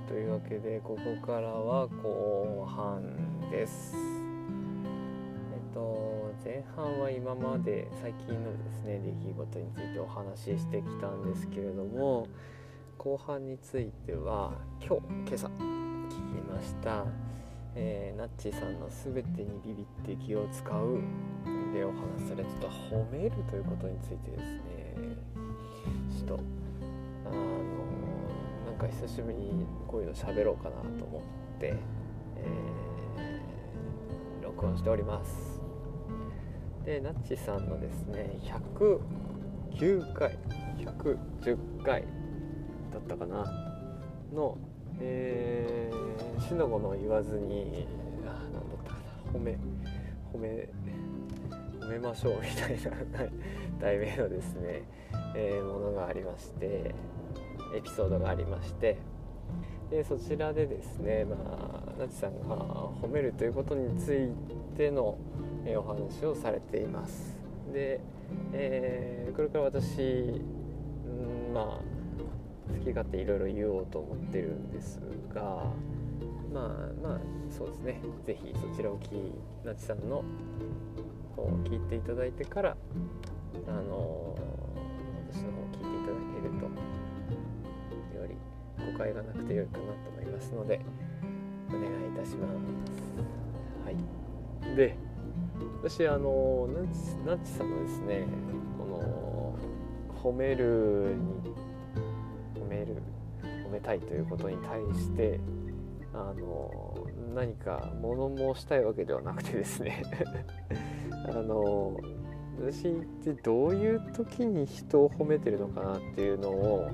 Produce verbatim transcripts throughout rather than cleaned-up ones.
というわけでここからは後半です。えっと前半は今まで最近のですね出来事についてお話ししてきたんですけれども、後半については今日今朝聞きました、えー、ナッチさんのすべてにビビって気を使うでお話しされてた褒めるということについてですね、ちょっとあのなんか久しぶりにこういうの喋ろうかなと思って、えー、録音しております。でナッチさんのですねひゃくきゅうかいひゃくじゅっかいだったかなの、えー、しのごの言わずにあなんだったかな褒め褒め褒めましょうみたいな題名のですね、えー、ものがありまして、エピソードがありまして、でそちらでですね、まあ、ナチさんが褒めるということについての、えー、お話をされています。で、えー、これから私、んまあ好き勝手いろいろ言おうと思ってるんですが、まあまあそうですね、ぜひそちらを聞いナチさんの方を聞いていただいてから、あのー、私の方を聞いていただけるとより誤解がなくてよいかなと思いますのでお願いいたします。はい。で、私あのナッチ、ナッチさんのですね、この褒めるに褒める褒めたいということに対してあの何か物申したいわけではなくてですねあの私ってどういう時に人を褒めてるのかなっていうのを、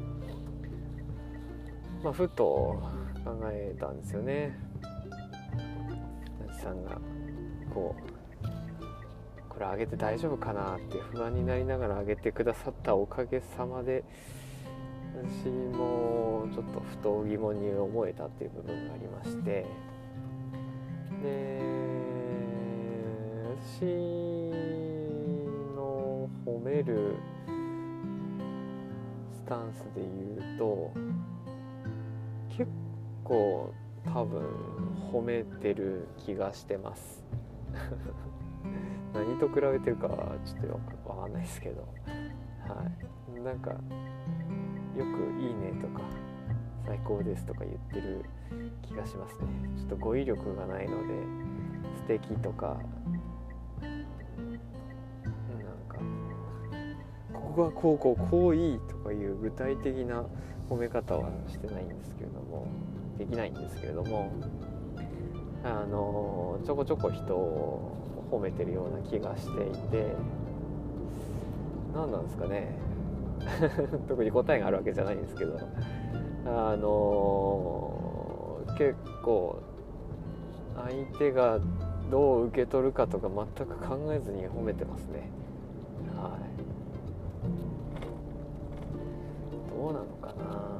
まあ、ふと考えたんですよね。なちさんがこうこれあげて大丈夫かなって不安になりながらあげてくださったおかげさまで、私もちょっとふと疑問に思えたっていう部分がありまして、で私の褒めるスタンスで言うと結構多分褒めてる気がしてます何と比べてるかちょっとわかんないですけど、はい、なんかよくいいねとか最高ですとか言ってる気がしますね。ちょっと語彙力がないので素敵とかなんかここがこうこうこういいとかいう具体的な褒め方はしてないんですけれどもできないんですけれども、あのちょこちょこ人を褒めてるような気がしていて、何なんですかね特に答えがあるわけじゃないんですけど、あの結構相手がどう受け取るかとか全く考えずに褒めてますね。はい。どうなのかな。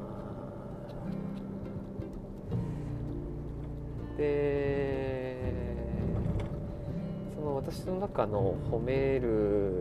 で、その私の中の褒める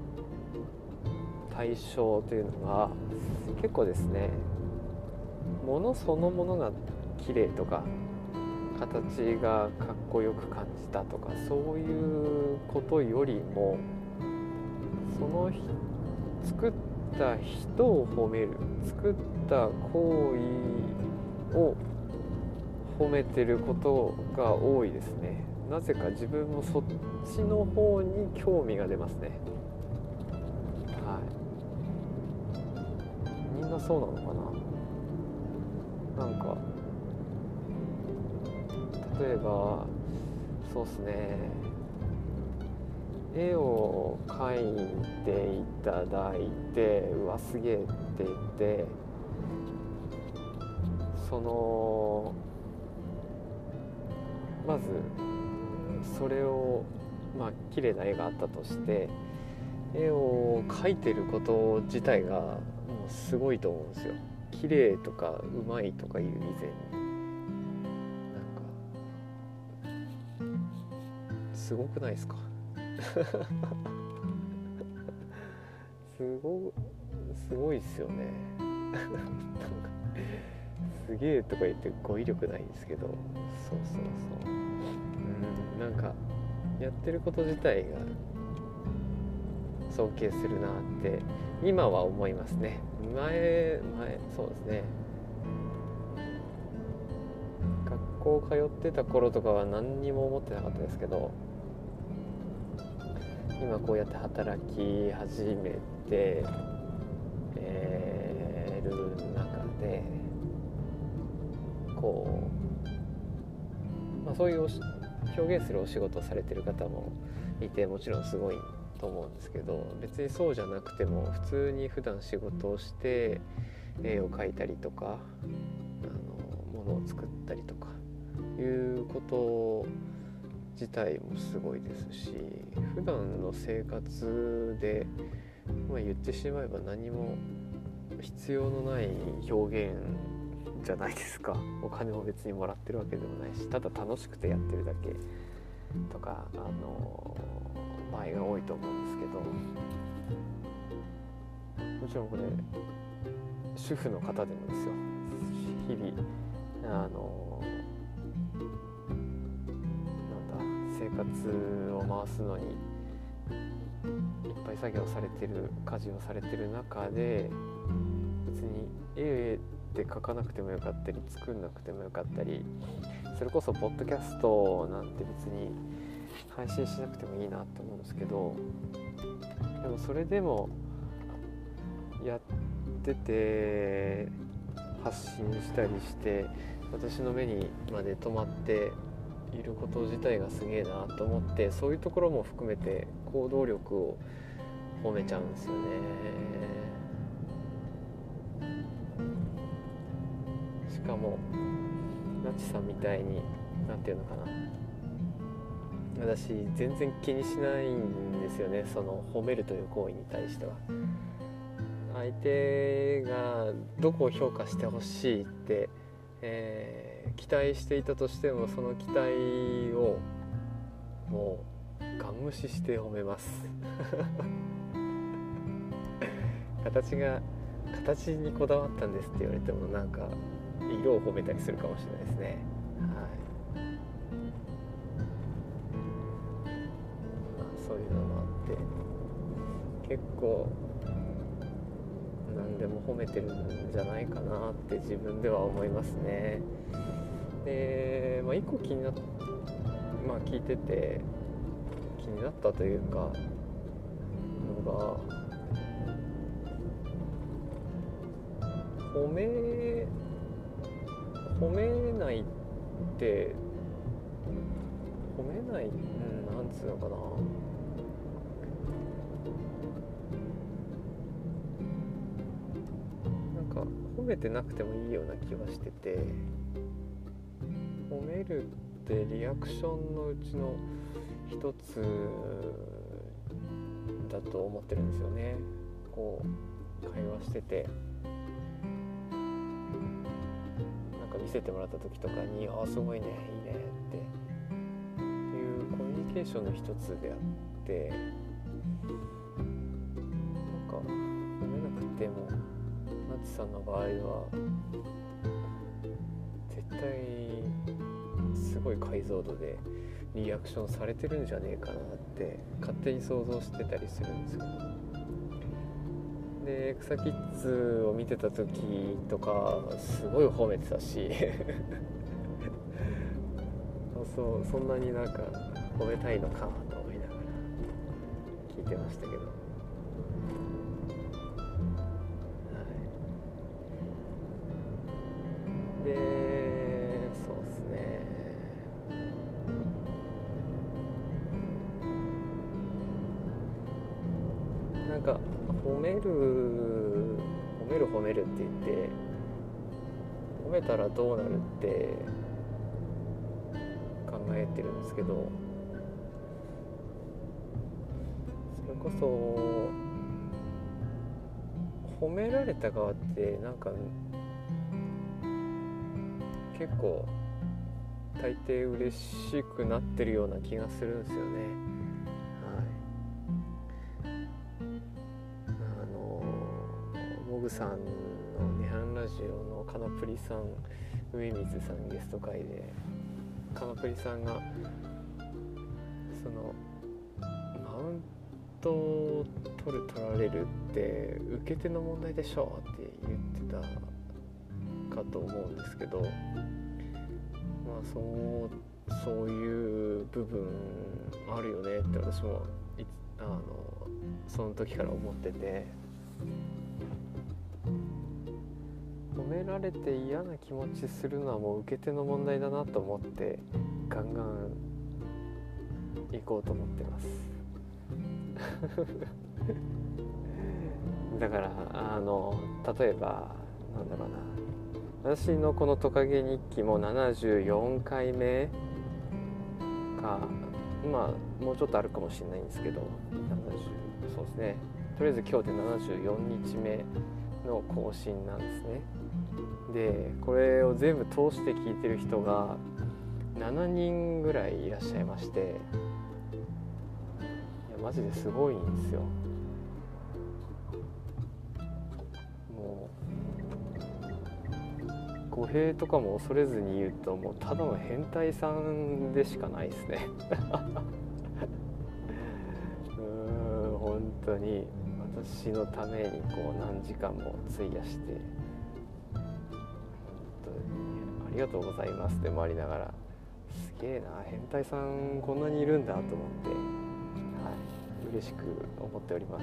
対象というのが結構ですね、物そのものが綺麗とか形がかっこよく感じたとかそういうことよりも、その作った人を褒める、作った行為を褒めてることが多いですね。なぜか自分もそっちの方に興味が出ますね。はい。みんなそうなのかな。なんか例えばそうですね、絵を描いていただいてうわすげえって言ってそのまずそれをまあ綺麗な絵があったとして絵を描いてること自体がもうすごいと思うんですよ。綺麗とかうまいとかいう以前になんかすごくないですかすごすごいっすよねなんかすげえとか言って語彙力ないんですけど、そうそうそう、うん、なんかやってること自体が尊敬するなって今は思いますね。前前そうですね、学校通ってた頃とかは何にも思ってなかったですけど、今こうやって働き始めて、えー、る中でこう、まあ、そういう表現するお仕事をされてる方もいて、もちろんすごいと思うんですけど、別にそうじゃなくても普通に普段仕事をして絵を描いたりとか、あの物を作ったりとかいうこと自体もすごいですし、普段の生活で、まあ、言ってしまえば何も必要のない表現じゃないですか。お金も別にもらってるわけでもないし、ただ楽しくてやってるだけとか、あの場合が多いと思うんですけど、もちろんこれ主婦の方でもですよ、日々あの生活を回すのにいっぱい作業されてる、家事をされてる中で、別に絵で描かなくてもよかったり作んなくてもよかったり、それこそポッドキャストなんて別に配信しなくてもいいなって思うんですけど、でもそれでもやってて発信したりして私の目にまで止まっていること自体がすげえなと思って、そういうところも含めて行動力を褒めちゃうんですよね。しかもなちさんみたいに、なんていうのかな、私全然気にしないんですよね、その褒めるという行為に対しては。相手がどこを評価してほしいって、えー期待していたとしても、その期待をもうガン無視して褒めます形が形にこだわったんですって言われても、なんか色を褒めたりするかもしれないですね。はい、まあ、そういうのもあって結構何でも褒めてるんじゃないかなって自分では思いますね。で、まあ、一個気になっ、まあ、聞いてて気になったというかのが、褒め褒めないって褒めない、うん、なんつうのかな、なんか褒めてなくてもいいような気はしてて、褒めるってリアクションのうちの一つだと思ってるんですよね。こう会話しててなんか見せてもらった時とかに、ああすごいね、いいねっていうコミュニケーションの一つであって、なんか褒めなくてもなちさんの場合は絶対すごい解像度でリアクションされてるんじゃねえかなって勝手に想像してたりするんですけど、で草キッズを見てた時とかすごい褒めてたしそうそんなになんか褒めたいのかと思いながら聞いてましたけど、はい、でそうですね、なんか褒める褒める褒めるって言って褒めたらどうなるって考えてるんですけど、それこそ褒められた側ってなんか結構大抵嬉しくなってるような気がするんですよね。はい、あのモグさんの涅槃ララジオのカナプリさん、上水さんゲスト会でカナプリさんがそのマウントを取る取られるって受け手の問題でしょって言ってたかと思うんですけど、まあそうそういう部分あるよねって私もいあのその時から思ってて、褒められて嫌な気持ちするのはもう受け手の問題だなと思ってガンガン行こうと思ってますだからあの例えばなんだろうな、私のこのトカゲ日記もななじゅうよんかいめか、まあもうちょっとあるかもしれないんですけど、ななじゅうそうですね、とりあえず今日でななじゅうよっかめの更新なんですね。でこれを全部通して聞いてる人がしちにんぐらいいらっしゃいまして、いやマジですごいんですよ。もう語弊とかも恐れずに言うと、もうただの変態さんでしかないですねうーん本当に私のためにこう何時間も費やして、本当にありがとうございますでもありながら、すげえな、変態さんこんなにいるんだと思って、はい、嬉しく思っております。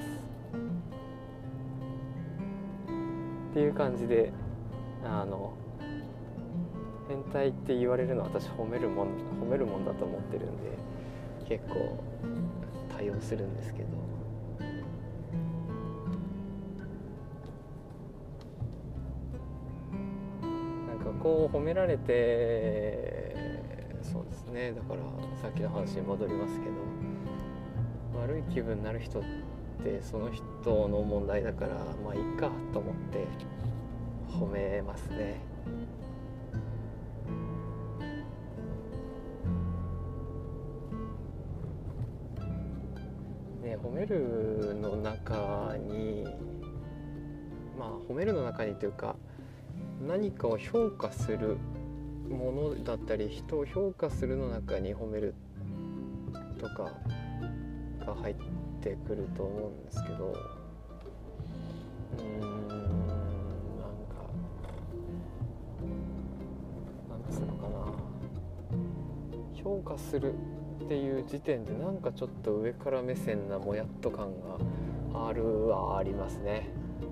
っていう感じで、あの変態って言われるのは私褒めるもん褒めるもんだと思ってるんで、結構対応するんですけど、なんかこう褒められて、そうですね、だからさっきの話に戻りますけど、悪い気分になる人ってその人の問題だから、まあいいかと思って褒めますね。ね、褒めるの中に、まあ褒めるの中にというか、何かを評価するものだったり人を評価するの中に褒めるとかが入ってくると思うんですけど、うーんなんかなんつうのかな、評価するっていう時点でなんかちょっと上から目線なもやっと感があるはありますね。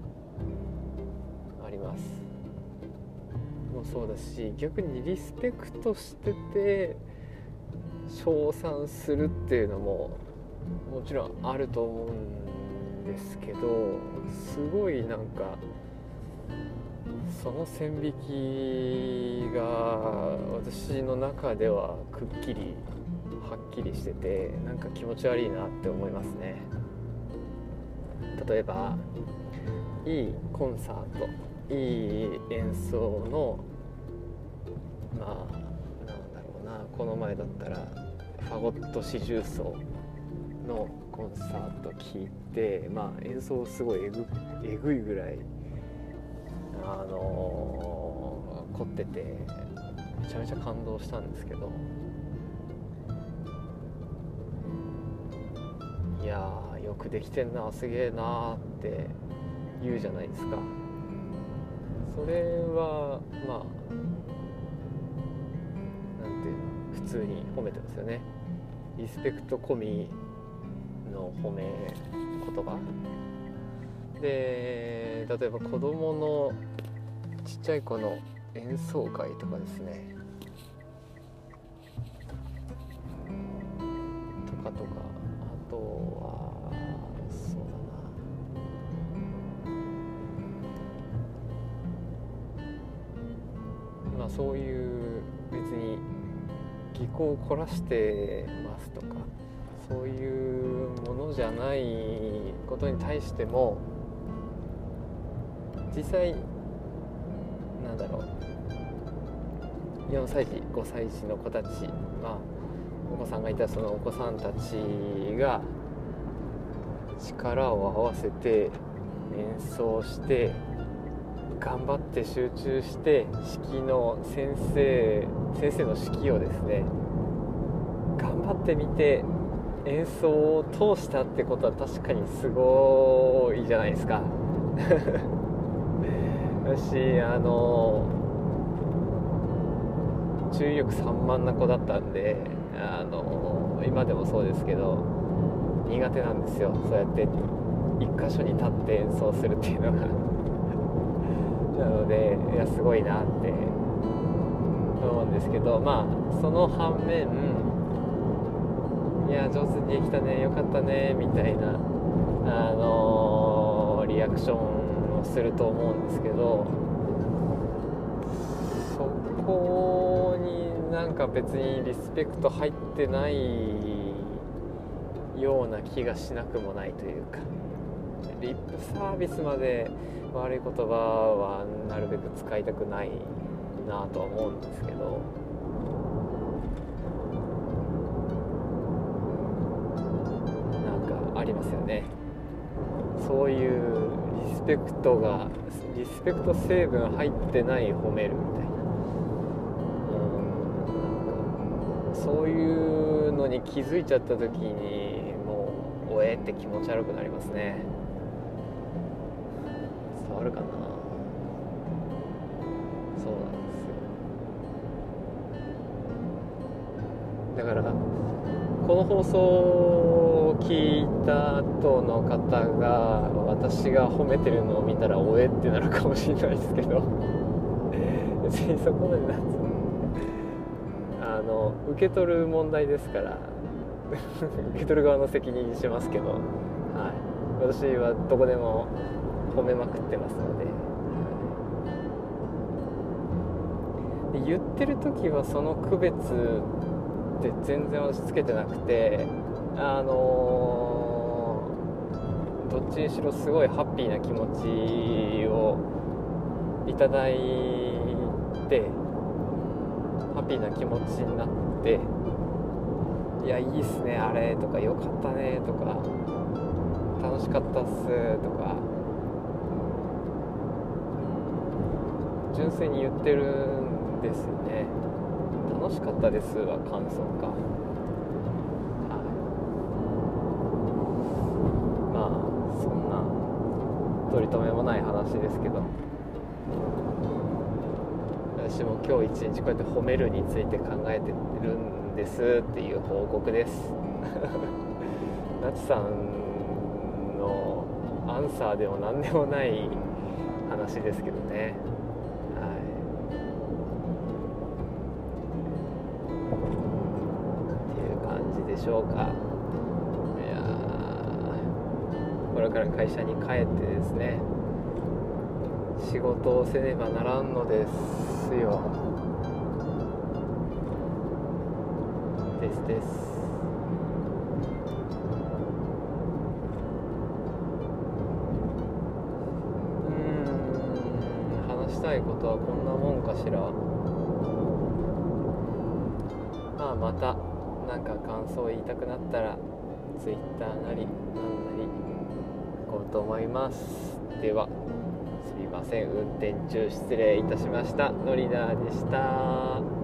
ありますもそうだし、逆にリスペクトしてて称賛するっていうのももちろんあると思うんですけど、すごいなんかその線引きが私の中ではくっきりはっきりしてて、なんか気持ち悪いなって思いますね。例えばいいコンサート、いい演奏の、まあなんだろうな、この前だったらファゴット四重奏のコンサート聴いて、まあ演奏すごいえぐ、えぐいぐらいあのー、凝っててめちゃめちゃ感動したんですけど、いやーよくできてんな、すげえなって言うじゃないですか。それはまあなんていうの、普通に褒めてますよね。リスペクト込みの褒め言葉で、例えば子供のちっちゃい子の演奏会とかですね、とかとか、あとはそうだな、まあそういう別に技巧を凝らしてますとか、そういうものじゃないことに対しても、実際なんだろう、よんさい児ごさい児の子たち、まあお子さんがいたそのお子さんたちが力を合わせて演奏して頑張って集中して指揮の先生先生の指揮をですね頑張ってみて演奏を通したってことは確かにすごいじゃないですか私あの注意力散漫な子だったんで、あの今でもそうですけど苦手なんですよ。そうやって一箇所に立って演奏するっていうのがなので、いやすごいなって思うんですけど、まあその反面、いや上手にできたね、よかったねみたいな、あのー、リアクションをすると思うんですけど、そこになんか別にリスペクト入ってないような気がしなくもないというか、リップサービスまで悪い言葉はなるべく使いたくないなとは思うんですけど、なんかありますよね、そういうリスペクトがリスペクト成分入ってない褒めるみたいな、うん、なんかそういうのに気づいちゃった時にもうおえって気持ち悪くなりますね。伝わるかな。そうなんですよ。だからこの放送を聞いた後の方が私が褒めてるのを見たらおえってなるかもしれないですけど別にそこまでなんつうのあの受け取る問題ですから受け取る側の責任にしますけど、はい、私はどこでも褒めまくってますので、で言ってる時はその区別って全然私つけてなくて、あのー、どっちにしろすごいハッピーな気持ちをいただいて、ハッピーな気持ちになって、いやいいっすねあれとか、よかったねとか、楽しかったっすとか純粋に言ってるんですよね。楽しかったですは感想か、はい、まあそんな取り留めもない話ですけど、私も今日一日こうやって褒めるについて考えてるんですっていう報告ですなちさんのアンサーでも何でもない話ですけどね、でしょうか。いやこれから会社に帰ってですね、仕事をせねばならんのですよ。ですです。うーん話したいことはこんなもんかしら。まあまたなんか感想を言いたくなったらツイッターなりなんなりこうと思います。ではすみません、運転中失礼いたしました。ノリダーでした。